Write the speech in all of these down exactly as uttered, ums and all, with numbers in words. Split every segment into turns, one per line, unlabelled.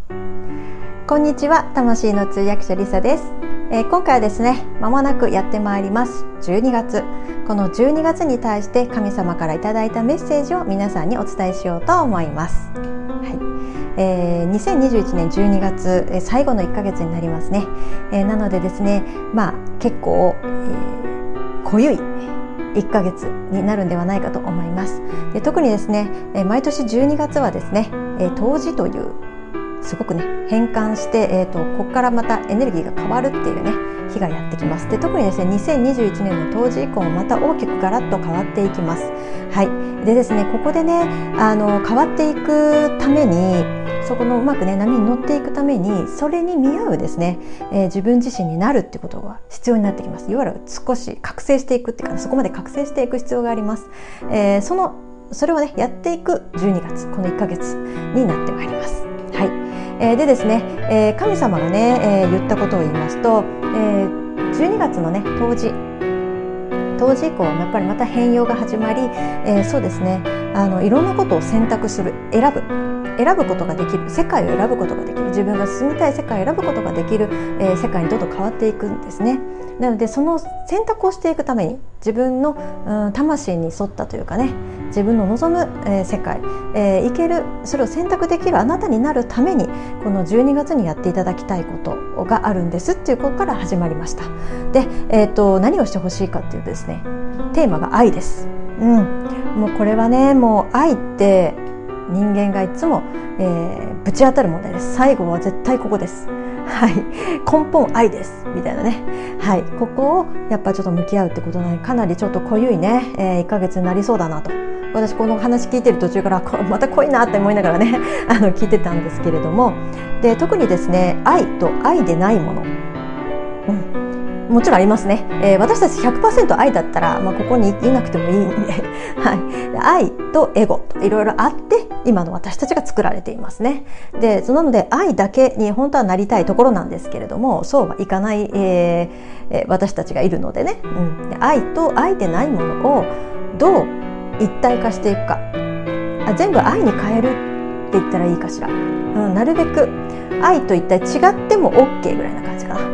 こんにちは、魂の通訳者リサです。えー、今回はですね、間もなくやってまいりますじゅうにがつ。このじゅうにがつに対して神様からいただいたメッセージを皆さんにお伝えしようと思います。はい、えー、にせんにじゅういちねんじゅうにがつ、えー、最後のいっかげつになりますね。えー、なのでですね、まあ結構、えー、濃ゆいいっかげつになるんではないかと思います。で、特にですね、えー、毎年じゅうにがつはですね、えー、冬至というすごくね変換して、えーと、ここからまたエネルギーが変わるっていうね日がやってきます。で、特にですねにせんにじゅういちねんの冬至以降もまた大きくガラッと変わっていきます。はい。でですね、ここでねあの変わっていくために、そこのうまくね波に乗っていくために、それに見合うですね、えー、自分自身になるってことが必要になってきます。いわゆる少し覚醒していくっていうか、そこまで覚醒していく必要があります。えー、そのそれをねやっていくじゅうにがつ、このいっかげつになってまいります。はい。えー、でですね、えー、神様がね、えー、言ったことを言いますと、えー、じゅうにがつのね冬至冬至以降はやっぱりまた変容が始まり、えー、そうですね、あのいろんなことを選択する、選ぶ選ぶことができる、世界を選ぶことができる、自分が進みたい世界を選ぶことができる、えー、世界にどんどん変わっていくんですね。なのでその選択をしていくために、自分の、うん、魂に沿ったというかね、自分の望む、えー、世界、えー、いける、それを選択できるあなたになるために、このじゅうにがつにやっていただきたいことがあるんですっていうことから始まりました。で、えーと、何をしてほしいかっていうとですね、テーマが愛です。うん、もうこれはね、もう愛って人間がいつも、えー、ぶち当たる問題です。最後は絶対ここです。はい、根本愛ですみたいなね。はい、ここをやっぱちょっと向き合うってことなので、かなりちょっと濃ゆいね、えー、いっかげつになりそうだなと。私この話聞いてる途中からまた濃いなって思いながらねあの聞いてたんですけれども、で特にですね、愛と愛でないもの、うん、もちろんありますね。えー、私たち ひゃくパーセント 愛だったら、まあ、ここにいなくてもいいんで、はい、愛とエゴといろいろあって今の私たちが作られていますね。で、なので愛だけに本当はなりたいところなんですけれども、そうはいかない、えー、私たちがいるのでね、うん、で愛と愛でないものをどう一体化していくか、あ、全部愛に変えるって言ったらいいかしら、うん、なるべく愛と一体違っても OK ぐらいな感じかな、うん、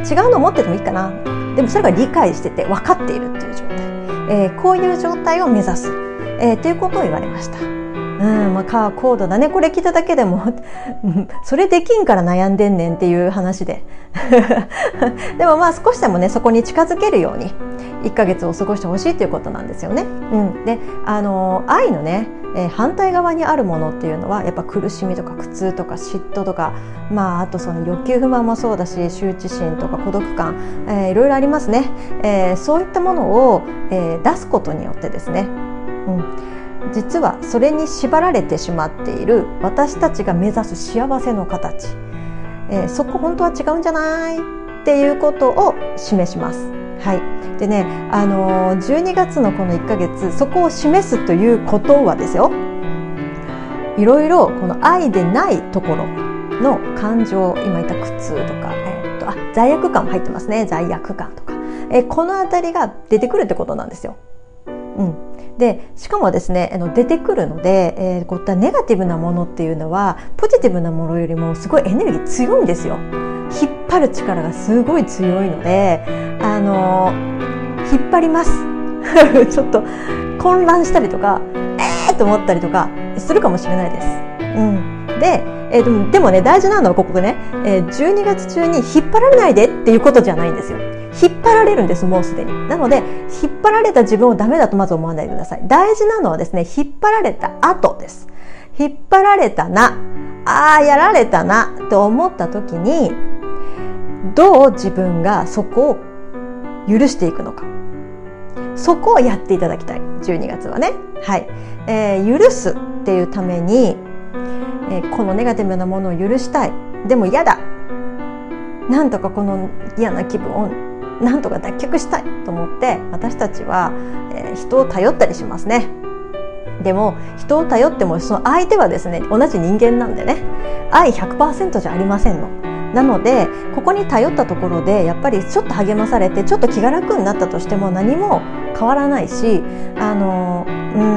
違うのを持っててもいいかな。でもそれが理解してて分かっているっていう状態、えー、こういう状態を目指す、えー、ということを言われました。うん、まあ、高度だね。これ聞いただけでもそれできんから悩んでんねんっていう話ででもまあ少しでもねそこに近づけるようにいっかげつを過ごしてほしいということなんですよね。うん、で、あの愛のね、えー、反対側にあるものっていうのはやっぱ苦しみとか苦痛とか嫉妬とか、まああとその欲求不満もそうだし、羞恥心とか孤独感、えー、いろいろありますね。えー、そういったものを、えー、出すことによってですね、うん、実はそれに縛られてしまっている私たちが目指す幸せの形、えー、そこ本当は違うんじゃないっていうことを示します。はい。でね、あのー、じゅうにがつのこのいっかげつ、そこを示すということはですよ、いろいろこの愛でないところの感情、今言った苦痛とか、えー、っとあ罪悪感も入ってますね。罪悪感とか、えー、このあたりが出てくるってことなんですよ。うん。でしかもですね、あの出てくるので、えー、こういったネガティブなものっていうのはポジティブなものよりもすごいエネルギー強いんですよ。引っ張る力がすごい強いので、あのー、引っ張りますちょっと混乱したりとか、えーと思ったりとかするかもしれないです。うん、で、えー、でも、でもね、大事なのはここでね、えー、じゅうにがつ中に引っ張られないでっていうことじゃないんですよ。引っ張られるんです、もうすでに。なので引っ張られた自分をダメだとまず思わないでください。大事なのはですね、引っ張られた後です。引っ張られたな、あーやられたなと思った時に、どう自分がそこを許していくのか、そこをやっていただきたい。じゅうにがつはね、はい、えー、許すっていうために、えー、このネガティブなものを許したい。でも嫌だ、なんとかこの嫌な気分をなんとか脱却したいと思って私たちは、えー、人を頼ったりしますね。でも人を頼ってもその相手はですね同じ人間なんでね、愛 ひゃくパーセント じゃありませんの。なのでここに頼ったところでやっぱりちょっと励まされてちょっと気が楽になったとしても何も変わらないし、あのうん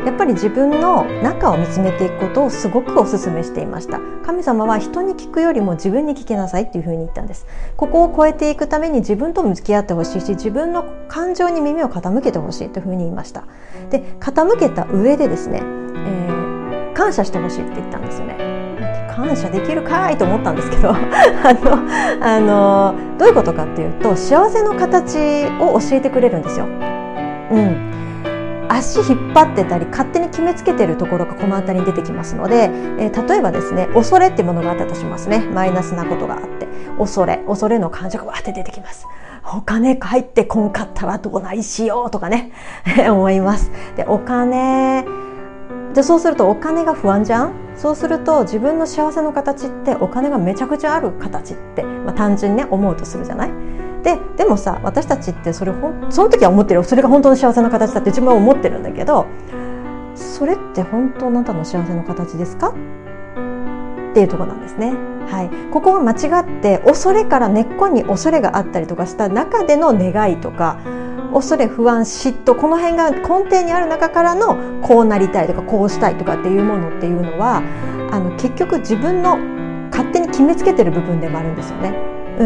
やっぱり自分の中を見つめていくことをすごくお勧めしていました。神様は人に聞くよりも自分に聞きなさいっていうふうに言ったんです。ここを超えていくために自分と向き合ってほしいし、自分の感情に耳を傾けてほしいというふうに言いました。で、傾けた上でですね、えー、感謝してほしいって言ったんですよね。感謝できるかいと思ったんですけどあのあのどういうことかっていうと、幸せの形を教えてくれるんですよ。うん、足引っ張ってたり勝手に決めつけてるところがこの辺りに出てきますので、えー、例えばですね、恐れっていうものがあったとしますね。マイナスなことがあって恐れ恐れの感情がわーって出てきます。お金入ってこんかったらどうないしようとかね思います。で、お金で、そうするとお金が不安じゃん。そうすると自分の幸せの形ってお金がめちゃくちゃある形って、まあ、単純にね思うとするじゃない。で, でもさ、私たちってそれほんその時は思ってるよ。それが本当の幸せの形だって自分は思ってるんだけど、それって本当あなたの幸せの形ですかっていうところなんですね。はい、ここは間違って恐れから根っこに恐れがあったりとかした中での願いとか、恐れ不安嫉妬、この辺が根底にある中からのこうなりたいとかこうしたいとかっていうものっていうのは、あの結局自分の勝手に決めつけてる部分でもあるんですよね。うん、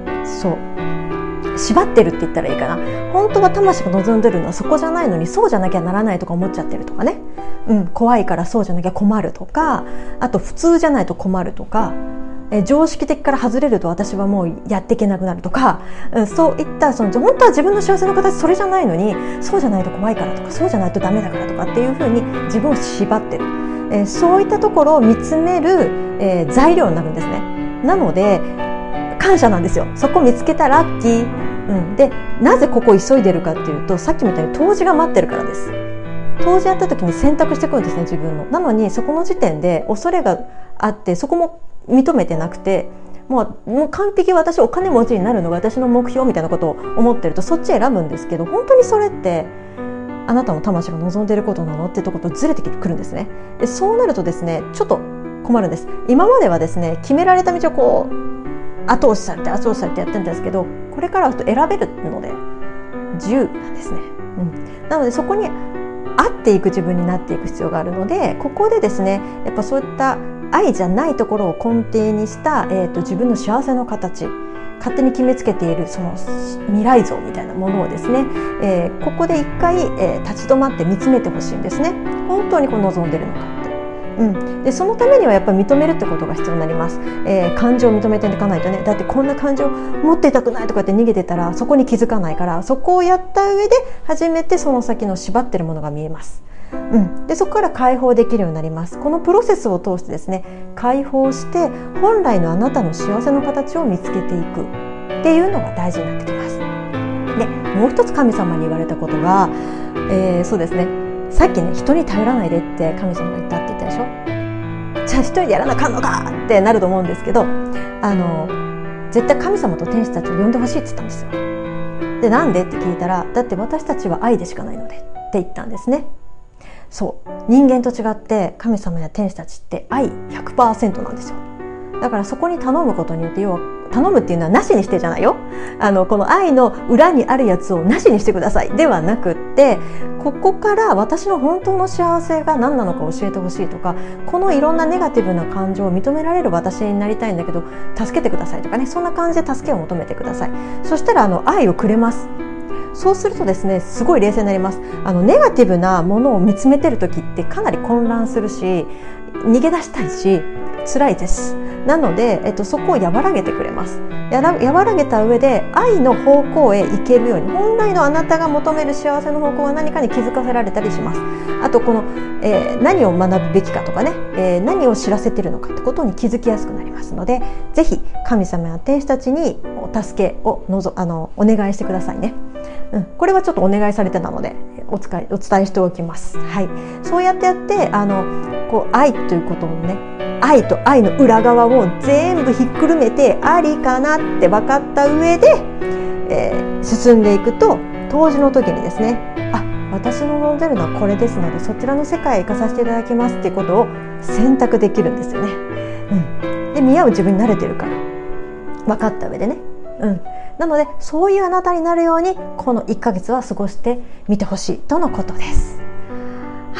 そう縛ってるって言ったらいいかな。本当は魂が望んでるのはそこじゃないのに、そうじゃなきゃならないとか思っちゃってるとかね、うん、怖いからそうじゃなきゃ困るとか、あと普通じゃないと困るとか、え常識的から外れると私はもうやっていけなくなるとか、うん、そういったその本当は自分の幸せの形それじゃないのに、そうじゃないと怖いからとか、そうじゃないとダメだからとかっていうふうに自分を縛ってる、えー、そういったところを見つめる、えー、材料になるんですね。なので感謝なんですよ。そこ見つけたラッキー、うん、でなぜここ急いでるかっていうと、さっきみたいに当時が待ってるからです。当時やった時に選択してくるんですね、自分の。なのにそこの時点で恐れがあって、そこも認めてなくて、もう、もう完璧私お金持ちになるのが私の目標みたいなことを思ってると、そっち選ぶんですけど、本当にそれってあなたの魂が望んでいることなのってところとずれてくるんですね。でそうなるとですね、ちょっと困るんです。今まではですね、決められた道をこう後押しされて後押しされてやってるんですけど、これからは選べるので自由なんですね。うん、なのでそこに合っていく自分になっていく必要があるので、ここでですね、やっぱそういった愛じゃないところを根底にした、えーと、自分の幸せの形、勝手に決めつけているその未来像みたいなものをですね、えー、ここで一回、えー、立ち止まって見つめてほしいんですね。本当にこう望んでるのかって、うん、でそのためにはやっぱり認めるってことが必要になります。えー、感情を認めていかないとね。だってこんな感情持っていたくないとかって逃げてたらそこに気づかないから、そこをやった上で初めてその先の縛ってるものが見えます。うん、でそこから解放できるようになります。このプロセスを通してですね、解放して本来のあなたの幸せの形を見つけていくっていうのが大事になってきます。でもう一つ神様に言われたことが、えー、そうですね、さっきね、人に頼らないでって神様が言ったって言ったでしょ。じゃあ一人でやらなあかんのかってなると思うんですけど、あの絶対神様と天使たちを呼んでほしいって言ったんですよ。でなんでって聞いたら、だって私たちは愛でしかないのでって言ったんですね。そう人間と違って神様や天使たちって愛 ひゃくパーセント なんですよ。だからそこに頼むことによって、要は頼むっていうのはなしにしてじゃないよ。あのこの愛の裏にあるやつをなしにしてくださいではなくって、ここから私の本当の幸せが何なのか教えてほしいとか、このいろんなネガティブな感情を認められる私になりたいんだけど助けてくださいとかね、そんな感じで助けを求めてください。そしたらあの愛をくれます。そうするとですね、すごい冷静になります。あのネガティブなものを見つめてる時ってかなり混乱するし、逃げ出したいし辛いです。なので、えっと、そこを和らげてくれます。やら和らげた上で愛の方向へ行けるように、本来のあなたが求める幸せの方向は何かに気づかせられたりします。あとこの、えー、何を学ぶべきかとかね、えー、何を知らせてるのかってことに気づきやすくなりますので、ぜひ神様や天使たちにお助けをのぞあのお願いしてくださいね。うん、これはちょっとお願いされてなのでお伝え、お伝えしておきます。はい、そうやってやってあのこう愛ということをね、愛と愛の裏側を全部ひっくるめてありかなって分かった上で、えー、進んでいくと、当時の時にですね、あ、私の望んでるのはこれですのでそちらの世界へ行かさせていただきますっていうことを選択できるんですよね。うん、で見合う自分に慣れてるから分かった上でね、うん、なのでそういうあなたになるようにこのいっかげつは過ごしてみてほしいとのことです。は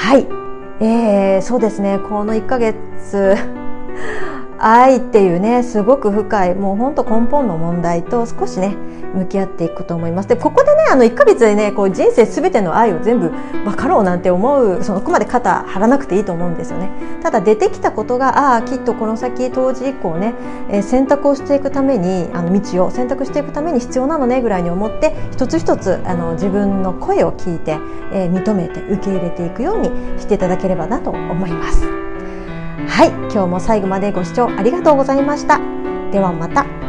はい、えー、そうですね、このいっかげつ愛っていうね、すごく深い、もう本当根本の問題と少しね向き合っていくと思います。でここでね、あのいっかげつでね、こう人生すべての愛を全部分かろうなんて思う、そのここまで肩張らなくていいと思うんですよね。ただ出てきたことが、ああきっとこの先当時以降ね、えー、選択をしていくために、あの道を選択していくために必要なのねぐらいに思って、一つ一つあの自分の声を聞いて、えー、認めて受け入れていくようにしていただければなと思います。はい、今日も最後までご視聴ありがとうございました。ではまた。